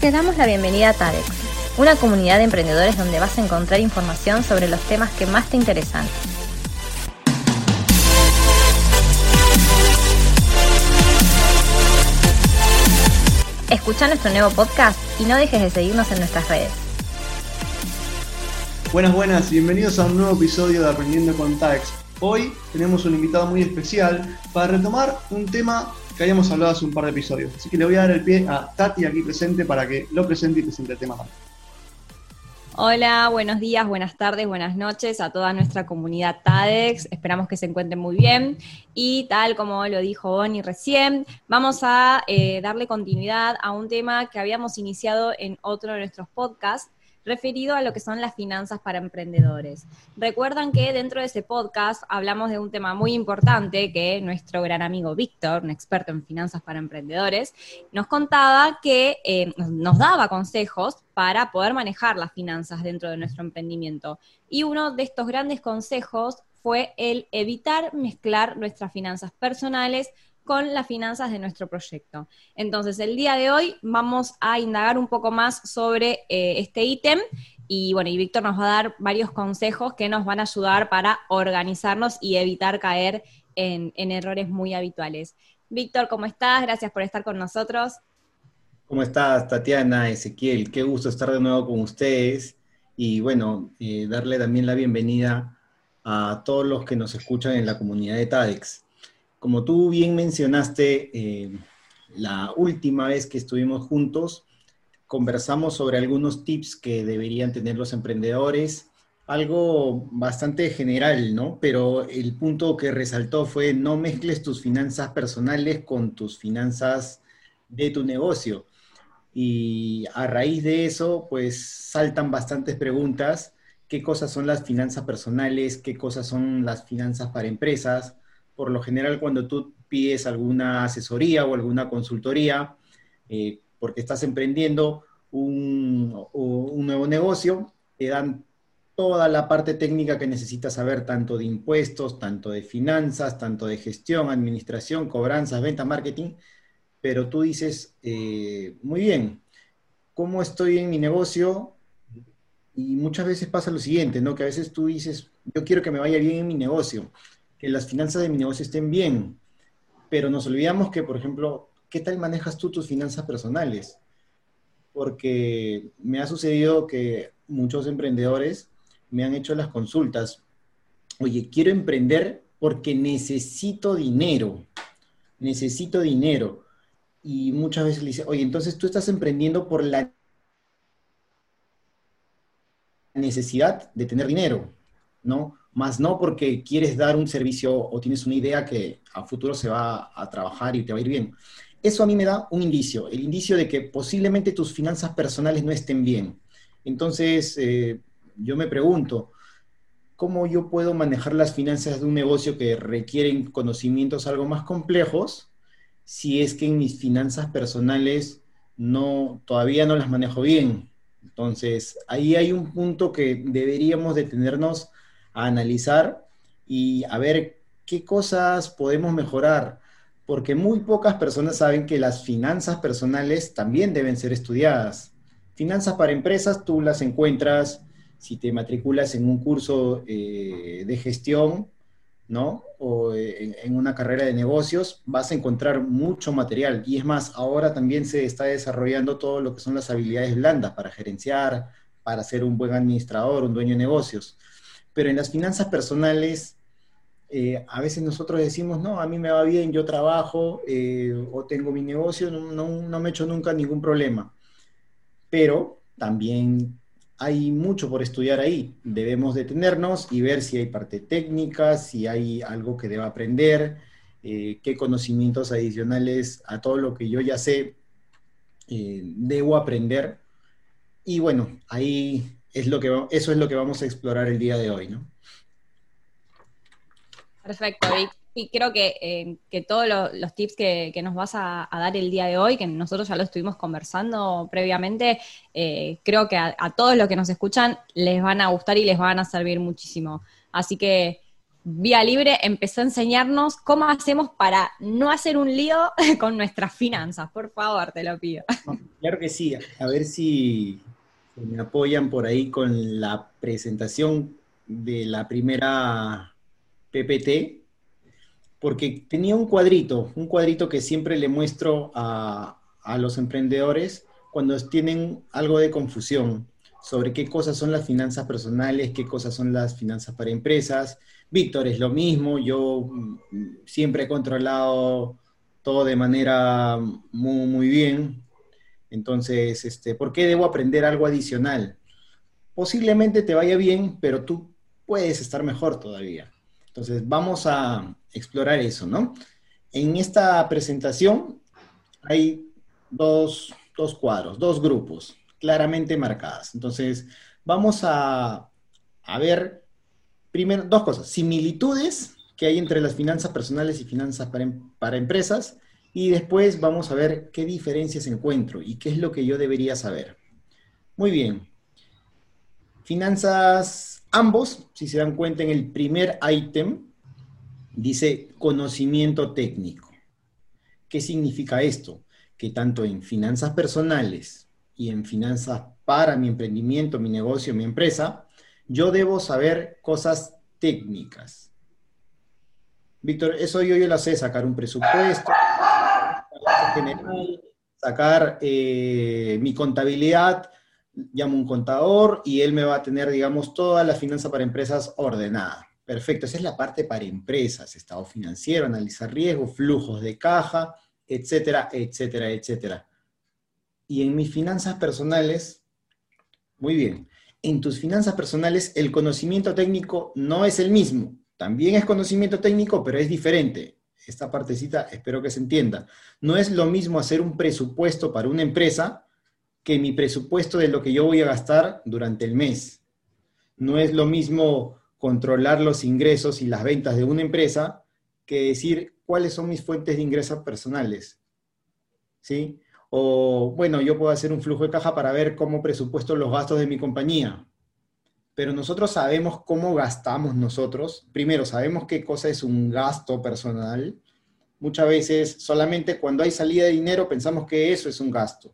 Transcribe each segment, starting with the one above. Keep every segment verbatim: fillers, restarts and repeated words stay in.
Te damos la bienvenida a TADEX, una comunidad de emprendedores donde vas a encontrar información sobre los temas que más te interesan. Escucha nuestro nuevo podcast y no dejes de seguirnos en nuestras redes. Buenas, buenas, bienvenidos a un nuevo episodio de Aprendiendo con TADEX. Hoy tenemos un invitado muy especial para retomar un tema que habíamos hablado hace un par de episodios. Así que le voy a dar el pie a Tati aquí presente para que lo presente y presente el tema también. Hola, buenos días, buenas tardes, buenas noches a toda nuestra comunidad TADEX. Esperamos que se encuentren muy bien. Y tal como lo dijo Bonnie recién, vamos a eh, darle continuidad a un tema que habíamos iniciado en otro de nuestros podcasts, referido a lo que son las finanzas para emprendedores. Recuerdan que dentro de ese podcast hablamos de un tema muy importante que nuestro gran amigo Víctor, un experto en finanzas para emprendedores, nos contaba que eh, nos daba consejos para poder manejar las finanzas dentro de nuestro emprendimiento. Y uno de estos grandes consejos fue el evitar mezclar nuestras finanzas personales con las finanzas de nuestro proyecto. Entonces, el día de hoy vamos a indagar un poco más sobre eh, este ítem y bueno, y Víctor nos va a dar varios consejos que nos van a ayudar para organizarnos y evitar caer en, en errores muy habituales. Víctor, ¿cómo estás? Gracias por estar con nosotros. ¿Cómo estás, Tatiana, Ezequiel? Qué gusto estar de nuevo con ustedes y bueno, eh, darle también la bienvenida a todos los que nos escuchan en la comunidad de TADEX. Como tú bien mencionaste, eh, la última vez que estuvimos juntos, conversamos sobre algunos tips que deberían tener los emprendedores, algo bastante general, ¿no? Pero el punto que resaltó fue no mezcles tus finanzas personales con tus finanzas de tu negocio. Y a raíz de eso, pues saltan bastantes preguntas. ¿Qué cosas son las finanzas personales? ¿Qué cosas son las finanzas para empresas? Por lo general, cuando tú pides alguna asesoría o alguna consultoría, eh, porque estás emprendiendo un, un nuevo negocio, te dan toda la parte técnica que necesitas saber, tanto de impuestos, tanto de finanzas, tanto de gestión, administración, cobranzas, venta, marketing, pero tú dices, eh, muy bien, ¿cómo estoy en mi negocio? Y muchas veces pasa lo siguiente, ¿no? Que a veces tú dices, yo quiero que me vaya bien en mi negocio, que las finanzas de mi negocio estén bien, pero nos olvidamos que, por ejemplo, ¿qué tal manejas tú tus finanzas personales? Porque me ha sucedido que muchos emprendedores me han hecho las consultas, oye, quiero emprender porque necesito dinero, necesito dinero, y muchas veces le dicen, oye, entonces tú estás emprendiendo por la necesidad de tener dinero, ¿no? Más no porque quieres dar un servicio o tienes una idea que a futuro se va a trabajar y te va a ir bien. Eso a mí me da un indicio, el indicio de que posiblemente tus finanzas personales no estén bien. Entonces, eh, yo me pregunto, ¿cómo yo puedo manejar las finanzas de un negocio que requieren conocimientos algo más complejos si es que en mis finanzas personales no, todavía no las manejo bien? Entonces, ahí hay un punto que deberíamos detenernos a analizar y a ver qué cosas podemos mejorar, porque muy pocas personas saben que las finanzas personales también deben ser estudiadas. Finanzas para empresas tú las encuentras si te matriculas en un curso eh, de gestión, ¿no? O en, en una carrera de negocios, vas a encontrar mucho material. Y es más, ahora también se está desarrollando todo lo que son las habilidades blandas para gerenciar, para ser un buen administrador, un dueño de negocios. Pero en las finanzas personales, eh, a veces nosotros decimos, no, a mí me va bien, yo trabajo, eh, o tengo mi negocio, no, no, no me he hecho nunca ningún problema. Pero también hay mucho por estudiar ahí. Debemos detenernos y ver si hay parte técnica, si hay algo que deba aprender, eh, qué conocimientos adicionales a todo lo que yo ya sé eh, debo aprender. Y bueno, ahí es lo que, eso es lo que vamos a explorar el día de hoy, ¿no? Perfecto, Vic. Y creo que, eh, que todos lo, los tips que, que nos vas a, a dar el día de hoy, que nosotros ya lo estuvimos conversando previamente, eh, creo que a, a todos los que nos escuchan les van a gustar y les van a servir muchísimo. Así que vía libre, empezó a enseñarnos cómo hacemos para no hacer un lío con nuestras finanzas. Por favor, te lo pido. Claro que sí. A ver si me apoyan por ahí con la presentación de la primera P P T, porque tenía un cuadrito, un cuadrito que siempre le muestro a, a los emprendedores cuando tienen algo de confusión sobre qué cosas son las finanzas personales, qué cosas son las finanzas para empresas. Víctor, es lo mismo, yo siempre he controlado todo de manera muy, muy bien. Entonces, este, ¿por qué debo aprender algo adicional? Posiblemente te vaya bien, pero tú puedes estar mejor todavía. Entonces, vamos a explorar eso, ¿no? En esta presentación hay dos, dos cuadros, dos grupos claramente marcadas. Entonces, vamos a, a ver primero dos cosas. Similitudes que hay entre las finanzas personales y finanzas para, para empresas, y después vamos a ver qué diferencias encuentro y qué es lo que yo debería saber. Muy bien. Finanzas, ambos, si se dan cuenta en el primer ítem, dice conocimiento técnico. ¿Qué significa esto? Que tanto en finanzas personales y en finanzas para mi emprendimiento, mi negocio, mi empresa, yo debo saber cosas técnicas. Víctor, eso yo, yo lo sé, sacar un presupuesto, general, sacar eh, mi contabilidad, llamo a un contador y él me va a tener, digamos, toda la finanza para empresas ordenada. Perfecto, esa es la parte para empresas, estado financiero, analizar riesgos, flujos de caja, etcétera, etcétera, etcétera. Y en mis finanzas personales, muy bien, en tus finanzas personales el conocimiento técnico no es el mismo. También es conocimiento técnico, pero es diferente. Esta partecita espero que se entienda. No es lo mismo hacer un presupuesto para una empresa que mi presupuesto de lo que yo voy a gastar durante el mes. No es lo mismo controlar los ingresos y las ventas de una empresa que decir cuáles son mis fuentes de ingresos personales. ¿Sí? O, bueno, yo puedo hacer un flujo de caja para ver cómo presupuesto los gastos de mi compañía. Pero nosotros sabemos cómo gastamos nosotros. Primero, sabemos qué cosa es un gasto personal. Muchas veces, solamente cuando hay salida de dinero, pensamos que eso es un gasto.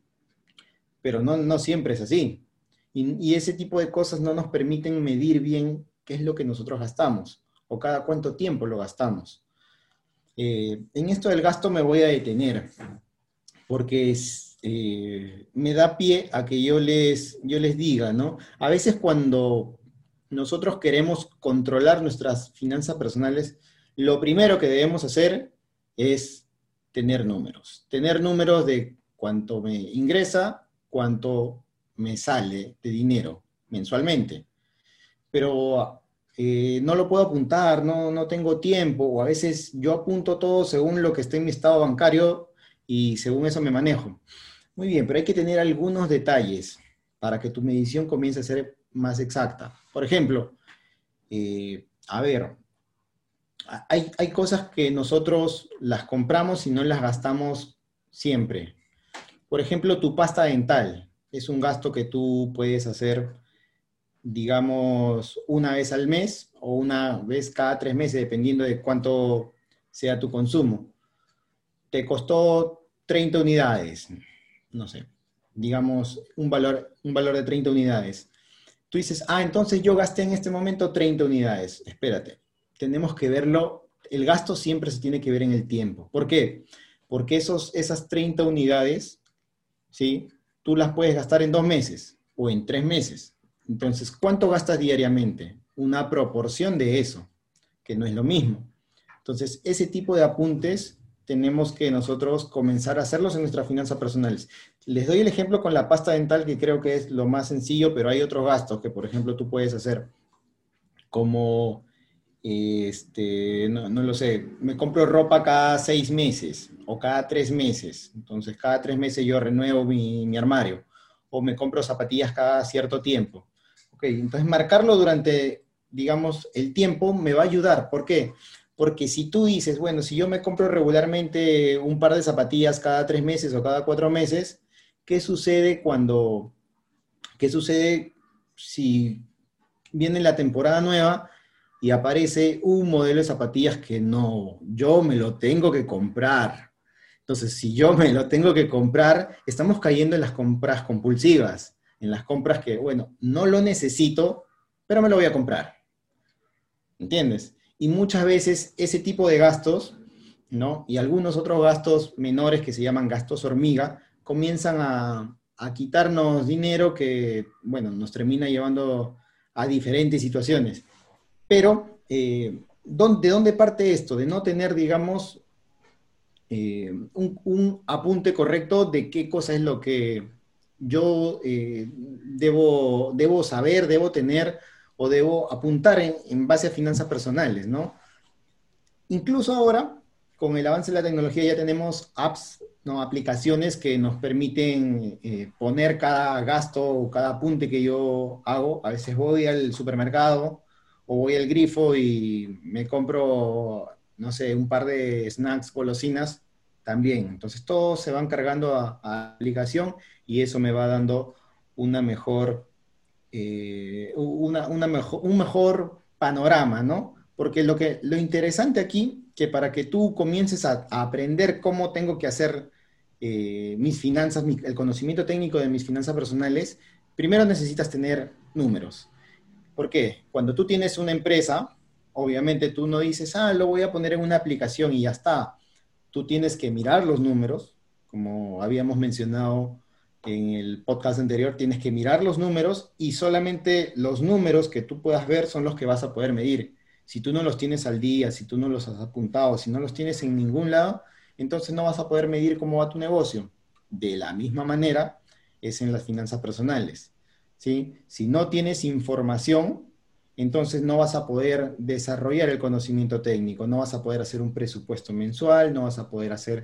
Pero no, no siempre es así. Y, y ese tipo de cosas no nos permiten medir bien qué es lo que nosotros gastamos, o cada cuánto tiempo lo gastamos. Eh, en esto del gasto me voy a detener, porque es, eh, me da pie a que yo les, yo les diga, ¿no? A veces cuando nosotros queremos controlar nuestras finanzas personales, lo primero que debemos hacer es tener números. Tener números de cuánto me ingresa, cuánto me sale de dinero mensualmente. Pero eh, no lo puedo apuntar, no, no tengo tiempo, o a veces yo apunto todo según lo que está en mi estado bancario y según eso me manejo. Muy bien, pero hay que tener algunos detalles para que tu medición comience a ser más exacta. Por ejemplo, eh, a ver, hay, hay cosas que nosotros las compramos y no las gastamos siempre. Por ejemplo, tu pasta dental es un gasto que tú puedes hacer, digamos, una vez al mes o una vez cada tres meses, dependiendo de cuánto sea tu consumo. Te costó treinta unidades, no sé, digamos, un valor, un valor de treinta unidades. Tú dices, ah, entonces yo gasté en este momento treinta unidades. Espérate, tenemos que verlo, el gasto siempre se tiene que ver en el tiempo. ¿Por qué? Porque esos, esas treinta unidades, ¿sí? Tú las puedes gastar en dos meses o en tres meses. Entonces, ¿cuánto gastas diariamente? Una proporción de eso, que no es lo mismo. Entonces, ese tipo de apuntes tenemos que nosotros comenzar a hacerlos en nuestras finanzas personales. Les doy el ejemplo con la pasta dental, que creo que es lo más sencillo, pero hay otros gastos que, por ejemplo, tú puedes hacer, como, este, no, no lo sé, me compro ropa cada seis meses o cada tres meses. Entonces, cada tres meses yo renuevo mi, mi armario. O me compro zapatillas cada cierto tiempo. Ok, entonces marcarlo durante, digamos, el tiempo me va a ayudar. ¿Por qué? Porque si tú dices, bueno, si yo me compro regularmente un par de zapatillas cada tres meses o cada cuatro meses, ¿qué sucede cuando, qué sucede si viene la temporada nueva y aparece un modelo de zapatillas que no, yo me lo tengo que comprar. Entonces, si yo me lo tengo que comprar, estamos cayendo en las compras compulsivas, en las compras que, bueno, no lo necesito, pero me lo voy a comprar. ¿Entiendes? Y muchas veces ese tipo de gastos, ¿no? Y algunos otros gastos menores que se llaman gastos hormiga, comienzan a, a quitarnos dinero que, bueno, nos termina llevando a diferentes situaciones. Pero, eh, ¿de dónde parte esto? De no tener, digamos, eh, un, un apunte correcto de qué cosa es lo que yo eh, debo, debo saber, debo tener o debo apuntar en, en base a finanzas personales, ¿no? Incluso ahora, con el avance de la tecnología, ya tenemos apps, ¿no? Aplicaciones que nos permiten eh, poner cada gasto o cada apunte que yo hago. A veces voy al supermercado o voy al grifo y me compro, no sé, un par de snacks, golosinas, también. Entonces todos se van cargando a, a la aplicación y eso me va dando una mejor, eh, una, una mejor, un mejor panorama, ¿no? Porque lo, que, lo interesante aquí, que para que tú comiences a, a aprender cómo tengo que hacer eh, mis finanzas, mi, el conocimiento técnico de mis finanzas personales, primero necesitas tener números. ¿Por qué? Cuando tú tienes una empresa, obviamente tú no dices, ah, lo voy a poner en una aplicación y ya está. Tú tienes que mirar los números, como habíamos mencionado en el podcast anterior, tienes que mirar los números y solamente los números que tú puedas ver son los que vas a poder medir. Si tú no los tienes al día, si tú no los has apuntado, si no los tienes en ningún lado, entonces no vas a poder medir cómo va tu negocio. De la misma manera es en las finanzas personales, ¿sí? Si no tienes información, entonces no vas a poder desarrollar el conocimiento técnico, no vas a poder hacer un presupuesto mensual, no vas a poder hacer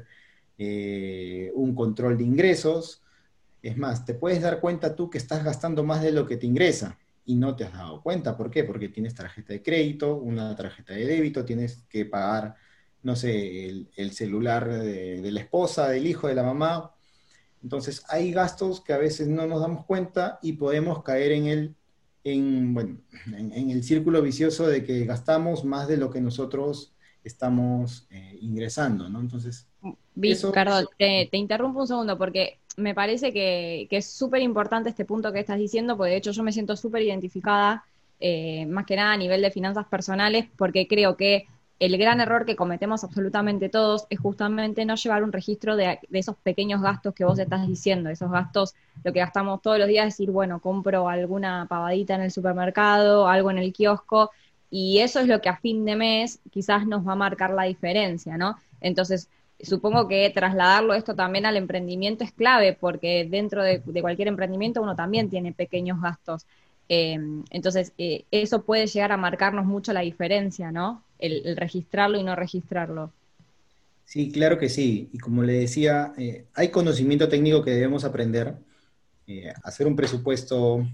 eh, un control de ingresos. Es más, te puedes dar cuenta tú que estás gastando más de lo que te ingresa. Y no te has dado cuenta. ¿Por qué? Porque tienes tarjeta de crédito, una tarjeta de débito, tienes que pagar, no sé, el, el celular de, de la esposa, del hijo, de la mamá. Entonces, hay gastos que a veces no nos damos cuenta y podemos caer en el, en, bueno, en, en el círculo vicioso de que gastamos más de lo que nosotros estamos eh, ingresando, ¿no? Entonces, Vic, Carol, te, te interrumpo un segundo porque me parece que, que es súper importante este punto que estás diciendo, porque de hecho yo me siento súper identificada, eh, más que nada a nivel de finanzas personales, porque creo que el gran error que cometemos absolutamente todos es justamente no llevar un registro de, de esos pequeños gastos que vos estás diciendo, esos gastos, lo que gastamos todos los días, es decir, bueno, compro alguna pavadita en el supermercado, algo en el kiosco, y eso es lo que a fin de mes quizás nos va a marcar la diferencia, ¿no? Entonces, supongo que trasladarlo esto también al emprendimiento es clave, porque dentro de, de cualquier emprendimiento uno también tiene pequeños gastos. Eh, entonces, eh, eso puede llegar a marcarnos mucho la diferencia, ¿no? El, el registrarlo y no registrarlo. Sí, claro que sí. Y como le decía, eh, hay conocimiento técnico que debemos aprender. Eh, hacer un presupuesto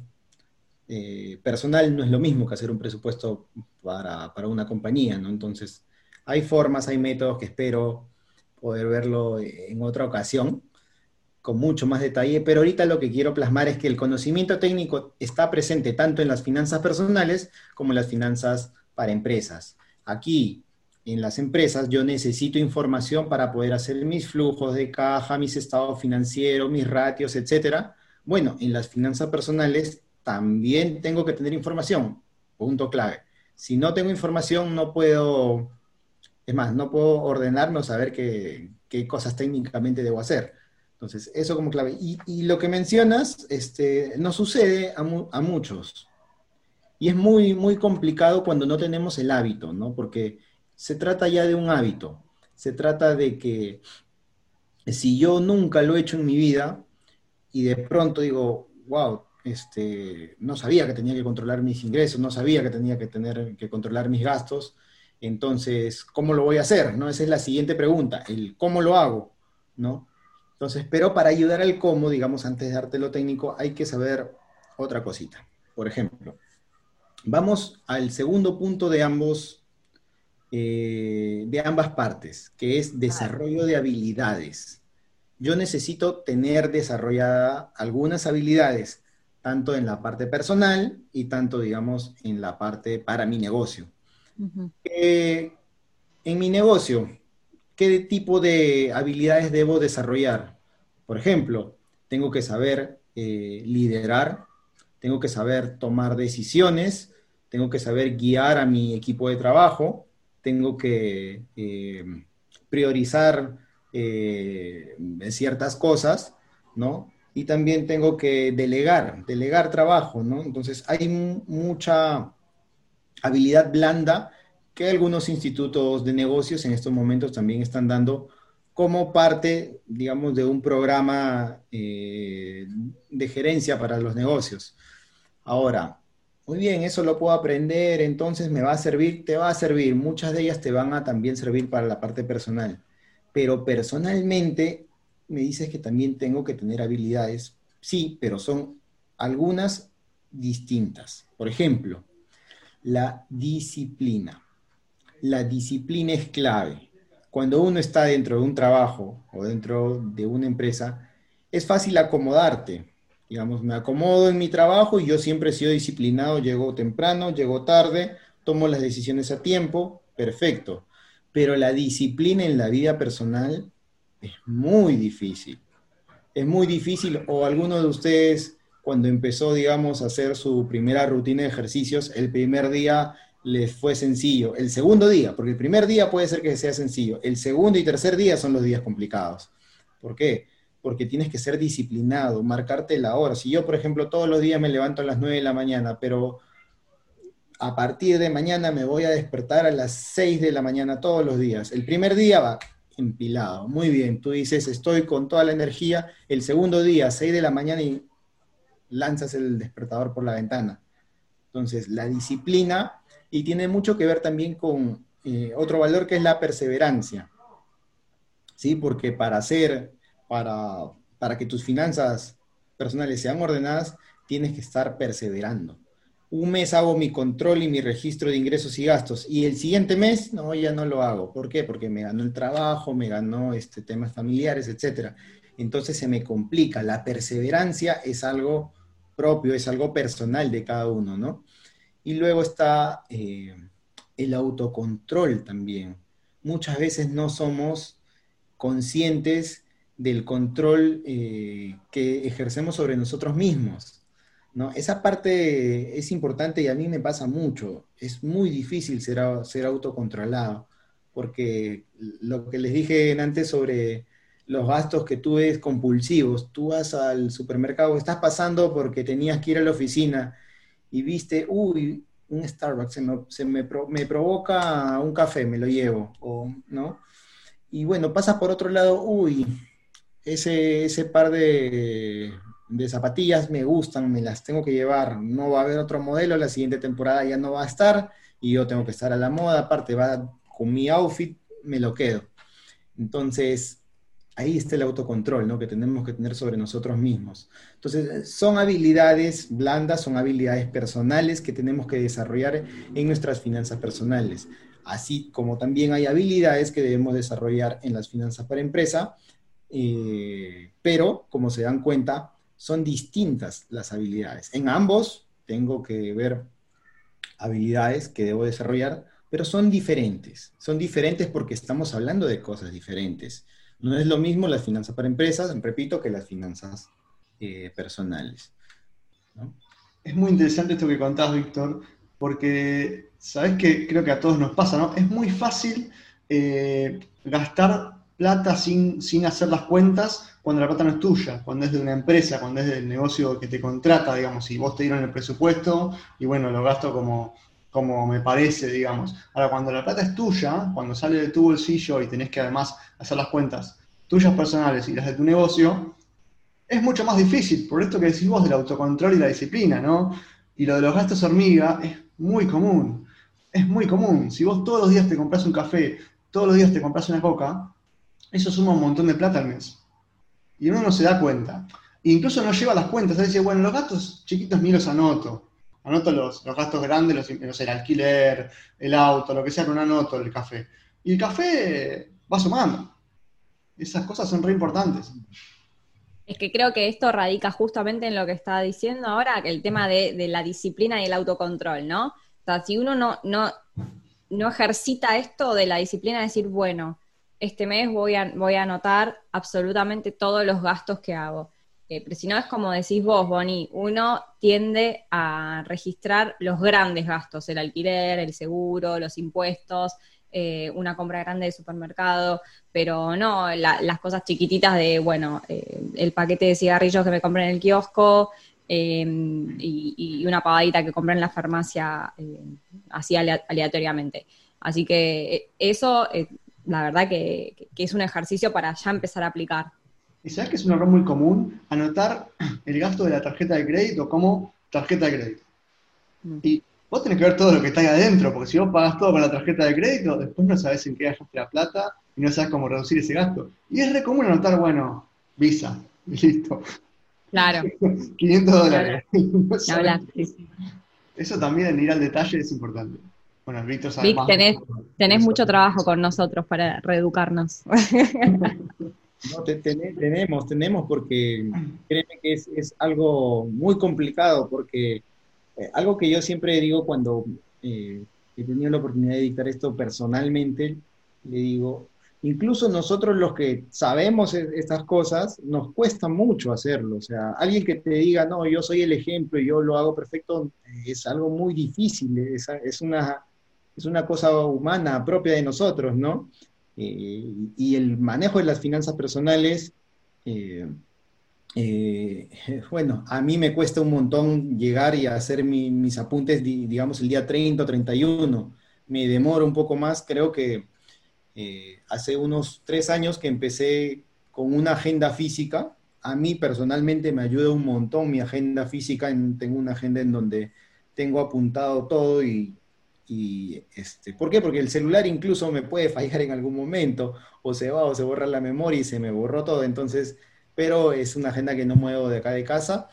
eh, personal no es lo mismo que hacer un presupuesto para, para una compañía, ¿no? Entonces, hay formas, hay métodos que espero poder verlo en otra ocasión, con mucho más detalle, pero ahorita lo que quiero plasmar es que el conocimiento técnico está presente tanto en las finanzas personales como en las finanzas para empresas. Aquí, en las empresas, yo necesito información para poder hacer mis flujos de caja, mis estados financieros, mis ratios, etcétera. Bueno, en las finanzas personales también tengo que tener información, punto clave. Si no tengo información, no puedo... Es más, no puedo ordenarme o saber qué, qué cosas técnicamente debo hacer. Entonces, eso como clave. Y, y lo que mencionas, este, nos sucede a, mu a muchos. Y es muy, muy complicado cuando no tenemos el hábito, ¿no? Porque se trata ya de un hábito. Se trata de que si yo nunca lo he hecho en mi vida y de pronto digo, wow, este, no sabía que tenía que controlar mis ingresos, no sabía que tenía que, tener, que controlar mis gastos. Entonces, ¿cómo lo voy a hacer? ¿No? Esa es la siguiente pregunta, el cómo lo hago, ¿no? Entonces, pero para ayudar al cómo, digamos, antes de darte lo técnico, hay que saber otra cosita. Por ejemplo, vamos al segundo punto de ambos, eh, de ambas partes, que es desarrollo de habilidades. Yo necesito tener desarrollada algunas habilidades, tanto en la parte personal y tanto, digamos, en la parte para mi negocio. Ujú. Eh, en mi negocio, ¿qué tipo de habilidades debo desarrollar? Por ejemplo, tengo que saber eh, liderar, tengo que saber tomar decisiones, tengo que saber guiar a mi equipo de trabajo, tengo que eh, priorizar eh, ciertas cosas, ¿no? Y también tengo que delegar, delegar trabajo, ¿no? Entonces hay mu- mucha habilidad blanda que algunos institutos de negocios en estos momentos también están dando como parte, digamos, de un programa eh, de gerencia para los negocios. Ahora, muy bien, eso lo puedo aprender, entonces me va a servir, te va a servir. Muchas de ellas te van a también servir para la parte personal. Pero personalmente me dices que también tengo que tener habilidades. Sí, pero son algunas distintas. Por ejemplo, la disciplina. La disciplina es clave. Cuando uno está dentro de un trabajo o dentro de una empresa, es fácil acomodarte. Digamos, me acomodo en mi trabajo y yo siempre he sido disciplinado, llego temprano, llego tarde, tomo las decisiones a tiempo, perfecto. Pero la disciplina en la vida personal es muy difícil. Es muy difícil, o alguno de ustedes cuando empezó, digamos, a hacer su primera rutina de ejercicios, el primer día les fue sencillo. El segundo día, porque el primer día puede ser que sea sencillo, el segundo y tercer día son los días complicados. ¿Por qué? Porque tienes que ser disciplinado, marcarte la hora. Si yo, por ejemplo, todos los días me levanto a las nueve de la mañana, pero a partir de mañana me voy a despertar a las seis de la mañana todos los días. El primer día va empilado, muy bien, tú dices, estoy con toda la energía, el segundo día, seis de la mañana y lanzas el despertador por la ventana. Entonces, la disciplina, y tiene mucho que ver también con eh, otro valor que es la perseverancia, ¿sí? Porque para hacer, para, para que tus finanzas personales sean ordenadas, tienes que estar perseverando. Un mes hago mi control y mi registro de ingresos y gastos, y el siguiente mes, no, ya no lo hago. ¿Por qué? Porque me ganó el trabajo, me ganó este, temas familiares, etcétera. Entonces se me complica. La perseverancia es algo propio, es algo personal de cada uno, ¿no? Y luego está eh, el autocontrol también. Muchas veces no somos conscientes del control eh, que ejercemos sobre nosotros mismos, ¿no? Esa parte es importante y a mí me pasa mucho. Es muy difícil ser, au- ser autocontrolado, porque lo que les dije antes sobre los gastos que tú ves compulsivos, tú vas al supermercado, estás pasando porque tenías que ir a la oficina y viste, uy, un Starbucks, se me, se me, pro- me provoca un café, me lo llevo, o, ¿no? Y bueno, pasa por otro lado, uy, ese, ese par de, de zapatillas me gustan, me las tengo que llevar, no va a haber otro modelo, la siguiente temporada ya no va a estar y yo tengo que estar a la moda, aparte va con mi outfit, me lo quedo. Entonces, ahí está el autocontrol, ¿no? Que tenemos que tener sobre nosotros mismos. Entonces, son habilidades blandas, son habilidades personales que tenemos que desarrollar en nuestras finanzas personales, así como también hay habilidades que debemos desarrollar en las finanzas para empresa, eh, pero como se dan cuenta, son distintas las habilidades. En ambos tengo que ver habilidades que debo desarrollar, pero son diferentes. Son diferentes porque estamos hablando de cosas diferentes. No es lo mismo las finanzas para empresas, repito, que las finanzas eh, personales, ¿no? Es muy interesante esto que contás, Víctor, porque sabés que creo que a todos nos pasa, ¿no? Es muy fácil eh, gastar plata sin, sin hacer las cuentas cuando la plata no es tuya, cuando es de una empresa, cuando es del negocio que te contrata, digamos, y vos te dieron el presupuesto y bueno, lo gasto como, como me parece, digamos. Ahora, cuando la plata es tuya, cuando sale de tu bolsillo y tenés que además hacer las cuentas tuyas personales y las de tu negocio, es mucho más difícil, por esto que decís vos del autocontrol y la disciplina, ¿no? Y lo de los gastos hormiga es muy común, es muy común. Si vos todos los días te compras un café, todos los días te compras una coca, eso suma un montón de plata al mes. Y uno no se da cuenta. E incluso no lleva las cuentas, ¿sabes? Dice, bueno, los gastos chiquitos ni los anoto. Anoto los, los gastos grandes, los, no sé, el alquiler, el auto, lo que sea, que no anoto el café. Y el café va sumando. Esas cosas son re importantes. Es que creo que esto radica justamente en lo que estaba diciendo ahora, que el tema de, de la disciplina y el autocontrol, ¿no? O sea, si uno no, no, no ejercita esto de la disciplina de decir, bueno, este mes voy a, voy a anotar absolutamente todos los gastos que hago. Eh, pero si no es como decís vos, Bonnie, uno tiende a registrar los grandes gastos, el alquiler, el seguro, los impuestos, eh, una compra grande de supermercado, pero no la, las cosas chiquititas de, bueno, eh, el paquete de cigarrillos que me compré en el kiosco, eh, y, y una pavadita que compré en la farmacia, eh, así aleatoriamente. Así que eh, eso, eh, la verdad que, que es un ejercicio para ya empezar a aplicar. ¿Y sabes que es un error muy común? Anotar el gasto de la tarjeta de crédito como tarjeta de crédito. Mm. Y vos tenés que ver todo lo que está ahí adentro, porque si vos pagás todo con la tarjeta de crédito, después no sabés en qué gastaste la plata y no sabés cómo reducir ese gasto. Y es re común anotar, bueno, Visa, y listo. Claro. quinientos dólares. No hablar, sí, sí. Eso también, en ir al detalle, es importante. Bueno, Víctor sabe Vic, más. tenés, tenés mucho trabajo con nosotros para reeducarnos. No, te, ten, tenemos, tenemos, porque créeme que es, es algo muy complicado, porque eh, algo que yo siempre digo cuando eh, he tenido la oportunidad de dictar esto personalmente, le digo, incluso nosotros los que sabemos estas cosas, nos cuesta mucho hacerlo. O sea, alguien que te diga, no, yo soy el ejemplo y yo lo hago perfecto, es algo muy difícil, es, es, una, es una cosa humana propia de nosotros, ¿no? Eh, y el manejo de las finanzas personales, eh, eh, bueno, a mí me cuesta un montón llegar y hacer mi, mis apuntes, digamos, el día treinta o treinta y uno. Me demoro un poco más, creo que eh, hace unos tres años que empecé con una agenda física. A mí personalmente me ayuda un montón mi agenda física, en, tengo una agenda en donde tengo apuntado todo y Y, este, ¿por qué? Porque el celular incluso me puede fallar en algún momento, o se va o se borra la memoria y se me borró todo, entonces, pero es una agenda que no muevo de acá de casa,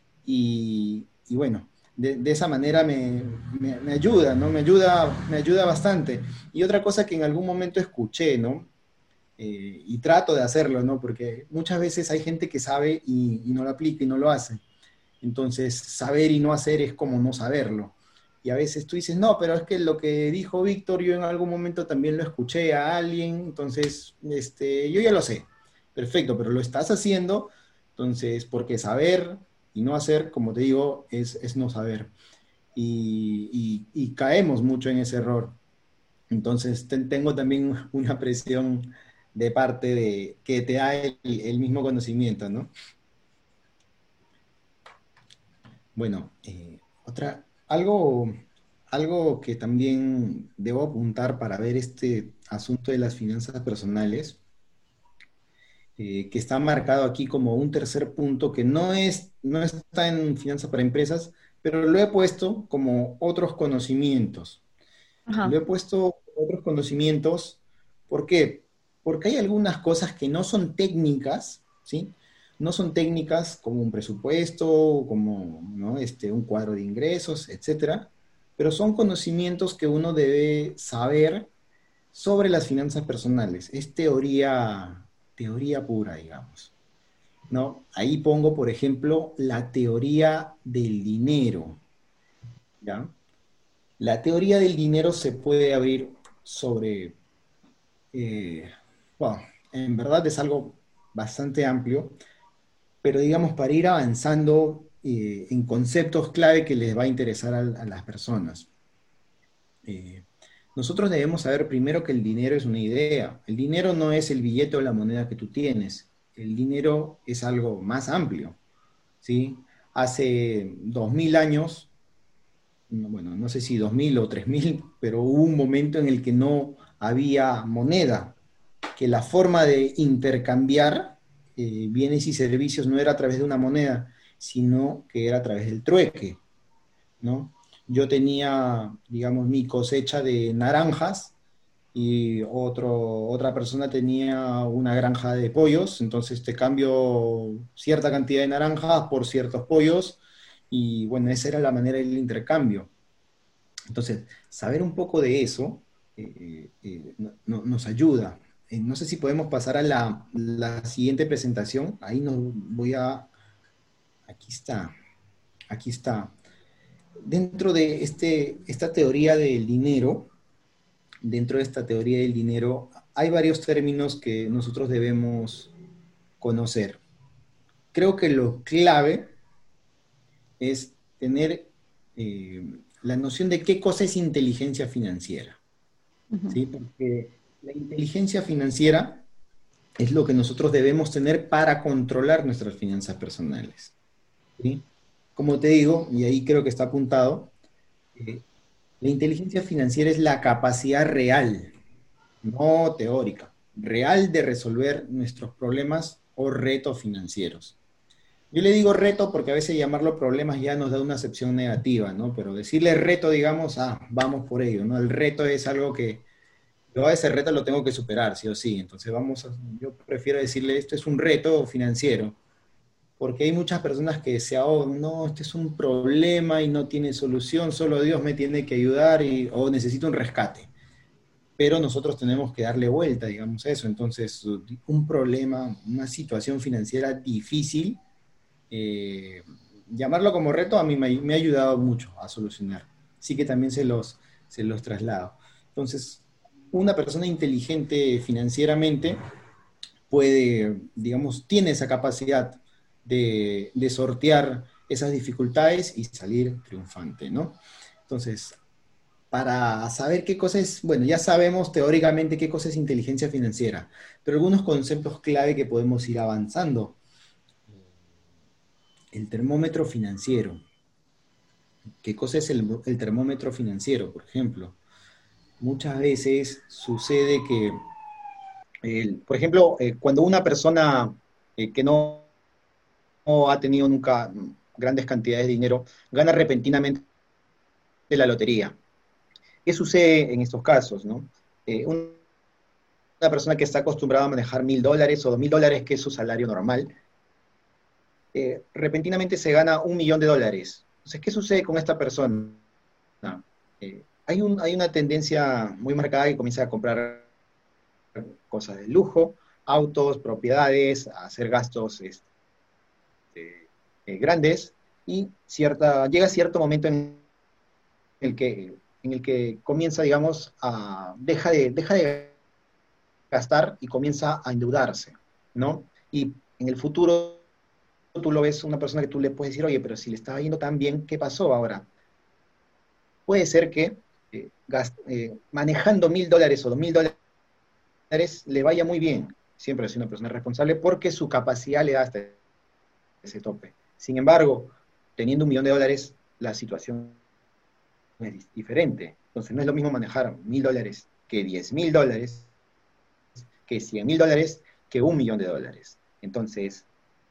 y, y bueno, de, de esa manera me, me, me ayuda, ¿no? Me ayuda, me ayuda bastante. Y otra cosa que en algún momento escuché, ¿no? Eh, y trato de hacerlo, ¿no? Porque muchas veces hay gente que sabe y, y no lo aplica y no lo hace. Entonces, saber y no hacer es como no saberlo. Y a veces tú dices, no, pero es que lo que dijo Víctor, yo en algún momento también lo escuché a alguien, entonces, este, yo ya lo sé. Perfecto, pero lo estás haciendo, entonces, porque saber y no hacer, como te digo, es, es no saber. Y, y, y caemos mucho en ese error. Entonces, te, tengo también una presión de parte de que te da el, el mismo conocimiento, ¿no? Bueno, eh, otra... Algo, algo que también debo apuntar para ver este asunto de las finanzas personales, eh, que está marcado aquí como un tercer punto que no, es, no está en finanzas para empresas, pero lo he puesto como otros conocimientos. Ajá. Lo he puesto otros conocimientos, ¿por qué? Porque hay algunas cosas que no son técnicas, ¿sí? No son técnicas como un presupuesto, como, ¿no? este, un cuadro de ingresos, etcétera, pero son conocimientos que uno debe saber sobre las finanzas personales. Es teoría, teoría pura, digamos, ¿no? Ahí pongo, por ejemplo, la teoría del dinero, ¿ya? La teoría del dinero se puede abrir sobre, eh, bueno, en verdad es algo bastante amplio, pero digamos para ir avanzando eh, en conceptos clave que les va a interesar a, a las personas. Eh, nosotros debemos saber primero que el dinero es una idea. El dinero no es el billete o la moneda que tú tienes. El dinero es algo más amplio, ¿sí? Hace dos mil años, bueno, no sé si dos mil o tres mil, pero hubo un momento en el que no había moneda, que la forma de intercambiar Eh, bienes y servicios no era a través de una moneda, sino que era a través del trueque, ¿no? Yo tenía, digamos, mi cosecha de naranjas y otro, otra persona tenía una granja de pollos, entonces te cambio cierta cantidad de naranjas por ciertos pollos y bueno, esa era la manera del intercambio. Entonces, saber un poco de eso eh, eh, no, nos ayuda. No sé si podemos pasar a la, la siguiente presentación. Ahí nos voy a... Aquí está. Aquí está. Dentro de este, esta teoría del dinero, dentro de esta teoría del dinero, hay varios términos que nosotros debemos conocer. Creo que lo clave es tener eh, la noción de qué cosa es inteligencia financiera. Uh-huh. ¿Sí? Porque la inteligencia financiera es lo que nosotros debemos tener para controlar nuestras finanzas personales. ¿Sí? Como te digo, y ahí creo que está apuntado, eh, la inteligencia financiera es la capacidad real, no teórica, real de resolver nuestros problemas o retos financieros. Yo le digo reto porque a veces llamarlo problemas ya nos da una acepción negativa, ¿no? Pero decirle reto, digamos, ah, vamos por ello, ¿no? El reto es algo que yo a ese reto lo tengo que superar, sí o sí. Entonces vamos a, yo prefiero decirle esto es un reto financiero, porque hay muchas personas que se ahogan, no, este es un problema y no tiene solución, solo Dios me tiene que ayudar y, o necesito un rescate. Pero nosotros tenemos que darle vuelta, digamos, a eso. Entonces, un problema, una situación financiera difícil, eh, llamarlo como reto a mí me, me ha ayudado mucho a solucionar. Así que también se los, se los traslado. Entonces, una persona inteligente financieramente puede, digamos, tiene esa capacidad de, de sortear esas dificultades y salir triunfante, ¿no? Entonces, para saber qué cosa es, bueno, ya sabemos teóricamente qué cosa es inteligencia financiera, pero algunos conceptos clave que podemos ir avanzando. El termómetro financiero. ¿Qué cosa es el, el termómetro financiero, por ejemplo? Muchas veces sucede que, eh, por ejemplo, eh, cuando una persona eh, que no, no ha tenido nunca grandes cantidades de dinero, gana repentinamente la lotería. ¿Qué sucede en estos casos, no? Eh, un, una persona que está acostumbrada a manejar mil dólares o dos mil dólares, que es su salario normal, eh, repentinamente se gana un millón de dólares. Entonces, ¿qué sucede con esta persona? Eh, hay, un, hay una tendencia muy marcada que comienza a comprar cosas de lujo, autos, propiedades, a hacer gastos este, eh, grandes, y cierta, llega cierto momento en el que, en el que comienza, digamos, a, deja, de, deja de gastar y comienza a endeudarse, ¿no? Y en el futuro tú lo ves una persona que tú le puedes decir, oye, pero si le estaba yendo tan bien, ¿qué pasó ahora? Puede ser que eh, gast, eh, manejando mil dólares o dos mil dólares le vaya muy bien. Siempre es una persona responsable porque su capacidad le da hasta ese tope. Sin embargo, teniendo un millón de dólares, la situación es diferente. Entonces no es lo mismo manejar mil dólares que diez mil dólares, que cien mil dólares, que un millón de dólares. Entonces,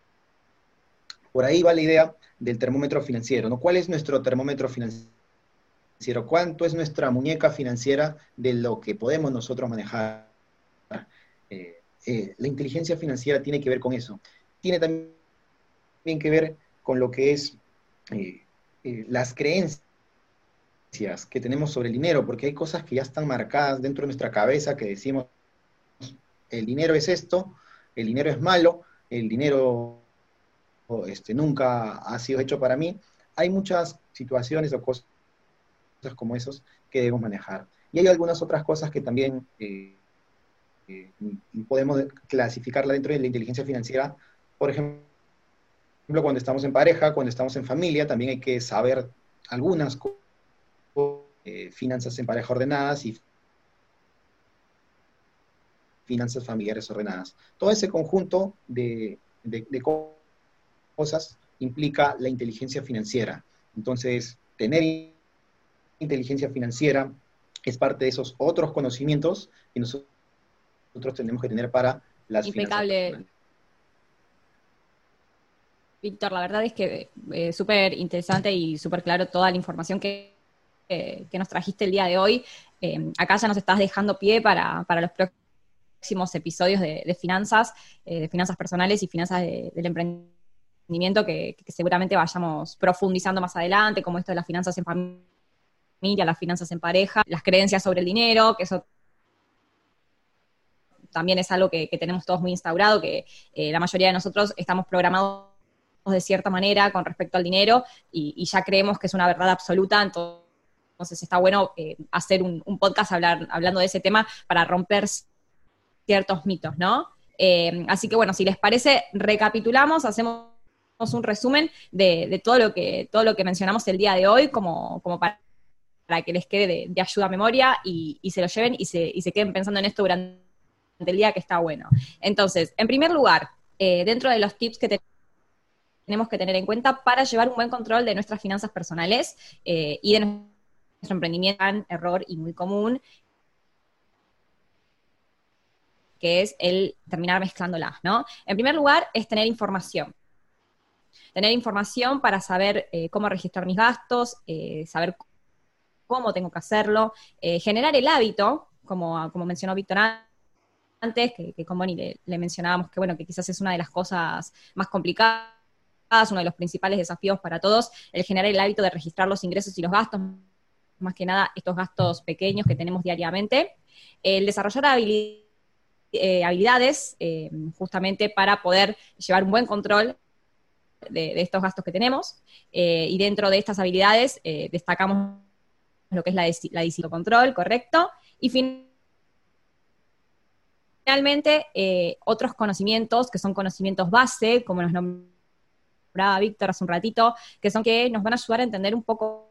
por ahí va la idea del termómetro financiero, ¿no? ¿Cuál es nuestro termómetro financiero? ¿Cuánto es nuestra muñeca financiera de lo que podemos nosotros manejar? Eh, eh, la inteligencia financiera tiene que ver con eso. Tiene también que ver con lo que es eh, eh, las creencias que tenemos sobre el dinero, porque hay cosas que ya están marcadas dentro de nuestra cabeza que decimos, el dinero es esto, el dinero es malo, el dinero este, nunca ha sido hecho para mí. Hay muchas situaciones o cosas como esos que debemos manejar. Y hay algunas otras cosas que también eh, eh, podemos clasificarla dentro de la inteligencia financiera. Por ejemplo, cuando estamos en pareja, cuando estamos en familia, también hay que saber algunas cosas, eh, finanzas en pareja ordenadas y finanzas familiares ordenadas. Todo ese conjunto de, de, de cosas implica la inteligencia financiera. Entonces, tener inteligencia financiera es parte de esos otros conocimientos que nosotros tenemos que tener para las Impecable. finanzas. Víctor, la verdad es que eh, súper interesante y súper claro toda la información que, eh, que nos trajiste el día de hoy. Eh, acá ya nos estás dejando pie para, para los próximos episodios de, de finanzas, eh, de finanzas personales y finanzas de, del emprendimiento que, que seguramente vayamos profundizando más adelante, como esto de las finanzas en familia, las finanzas en pareja, las creencias sobre el dinero, que eso también es algo que, que tenemos todos muy instaurado, que eh, la mayoría de nosotros estamos programados de cierta manera con respecto al dinero y, y ya creemos que es una verdad absoluta. Entonces Entonces está bueno eh, hacer un, un podcast hablar, hablando de ese tema para romper ciertos mitos, ¿no? Eh, así que bueno, si les parece, recapitulamos, hacemos un resumen de, de todo lo que todo lo que mencionamos el día de hoy, como, como para, para que les quede de, de ayuda a memoria y, y se lo lleven y se, y se queden pensando en esto durante el día, que está bueno. Entonces, en primer lugar, eh, dentro de los tips que te, tenemos que tener en cuenta para llevar un buen control de nuestras finanzas personales eh, y de nuestro emprendimiento, gran error y muy común, que es el terminar mezclándolas, ¿no? En primer lugar, es tener información. Tener información para saber eh, cómo registrar mis gastos, eh, saber cómo tengo que hacerlo, eh, generar el hábito, como, como mencionó Víctor antes, que, que con Bonnie le, le mencionábamos que, bueno, que quizás es una de las cosas más complicadas, uno de los principales desafíos para todos, el generar el hábito de registrar los ingresos y los gastos, más que nada estos gastos pequeños que tenemos diariamente, el desarrollar habilidades, eh, habilidades eh, justamente para poder llevar un buen control De, de estos gastos que tenemos, eh, y dentro de estas habilidades eh, destacamos lo que es la, la disciplina control, correcto, y finalmente eh, otros conocimientos que son conocimientos base, como nos nombraba Víctor hace un ratito, que son que nos van a ayudar a entender un poco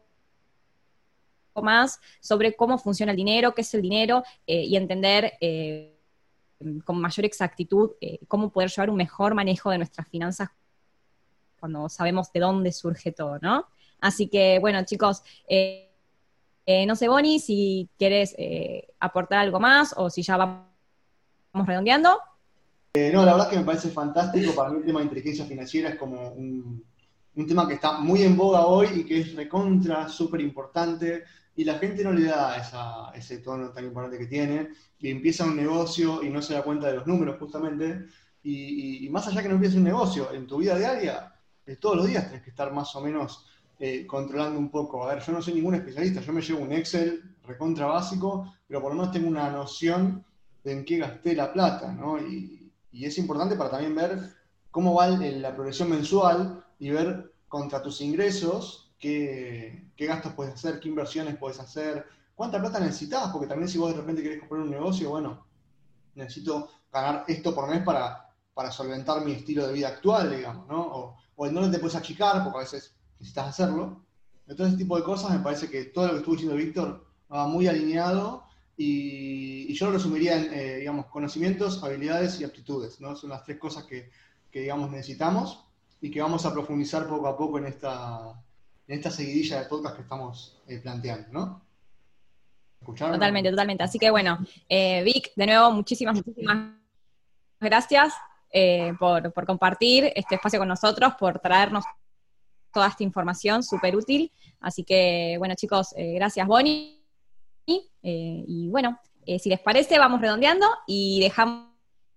más sobre cómo funciona el dinero, qué es el dinero, eh, y entender eh, con mayor exactitud eh, cómo poder llevar un mejor manejo de nuestras finanzas cuando sabemos de dónde surge todo, ¿no? Así que, bueno, chicos, eh, eh, no sé, Bonnie, si quieres eh, aportar algo más o si ya vamos redondeando. Eh, no, la verdad es que me parece fantástico. Para mí el tema de inteligencia financiera es como un, un tema que está muy en boga hoy y que es recontra, súper importante, y la gente no le da esa, ese tono tan importante que tiene, y empieza un negocio y no se da cuenta de los números, justamente, y, y, y más allá que no empieces un negocio, en tu vida diaria, eh, todos los días tenés que estar más o menos eh, controlando un poco. A ver, yo no soy ningún especialista, yo me llevo un Excel recontra básico, pero por lo menos tengo una noción de en qué gasté la plata, ¿no? Y, y es importante para también ver cómo va el, la progresión mensual y ver contra tus ingresos qué, qué gastos puedes hacer, qué inversiones puedes hacer, cuánta plata necesitas, porque también si vos de repente querés comprar un negocio, bueno, necesito ganar esto por mes para, para solventar mi estilo de vida actual, digamos, ¿no? O, o en dónde te puedes achicar, porque a veces necesitas hacerlo. Entonces, ese tipo de cosas me parece que todo lo que estuvo diciendo Víctor va muy alineado, y, y yo lo resumiría en, eh, digamos, conocimientos, habilidades y aptitudes, ¿no? Son las tres cosas que, que, digamos, necesitamos y que vamos a profundizar poco a poco en esta, en esta seguidilla de podcast que estamos eh, planteando, ¿no? ¿Escucharon? Totalmente, totalmente. Así que bueno, eh, Vic, de nuevo, muchísimas, muchísimas gracias eh, por, por compartir este espacio con nosotros, por traernos toda esta información súper útil. Así que, bueno, chicos, eh, gracias, Bonnie. Eh, y bueno, eh, si les parece, vamos redondeando y dejamos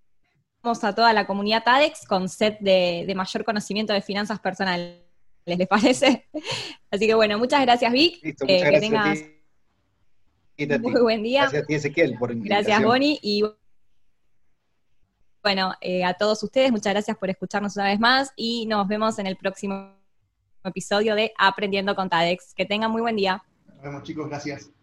a toda la comunidad TADEX con set de, de mayor conocimiento de finanzas personales. ¿Les parece? Así que bueno, muchas gracias, Vic. Listo, eh, muchas que gracias a ti. tengas muy buen día. Gracias a ti, Ezequiel, por invitación. Gracias, Bonnie. Y bueno, eh, a todos ustedes, muchas gracias por escucharnos una vez más y nos vemos en el próximo episodio de Aprendiendo con TADEX. Que tengan muy buen día. Nos vemos, chicos, gracias.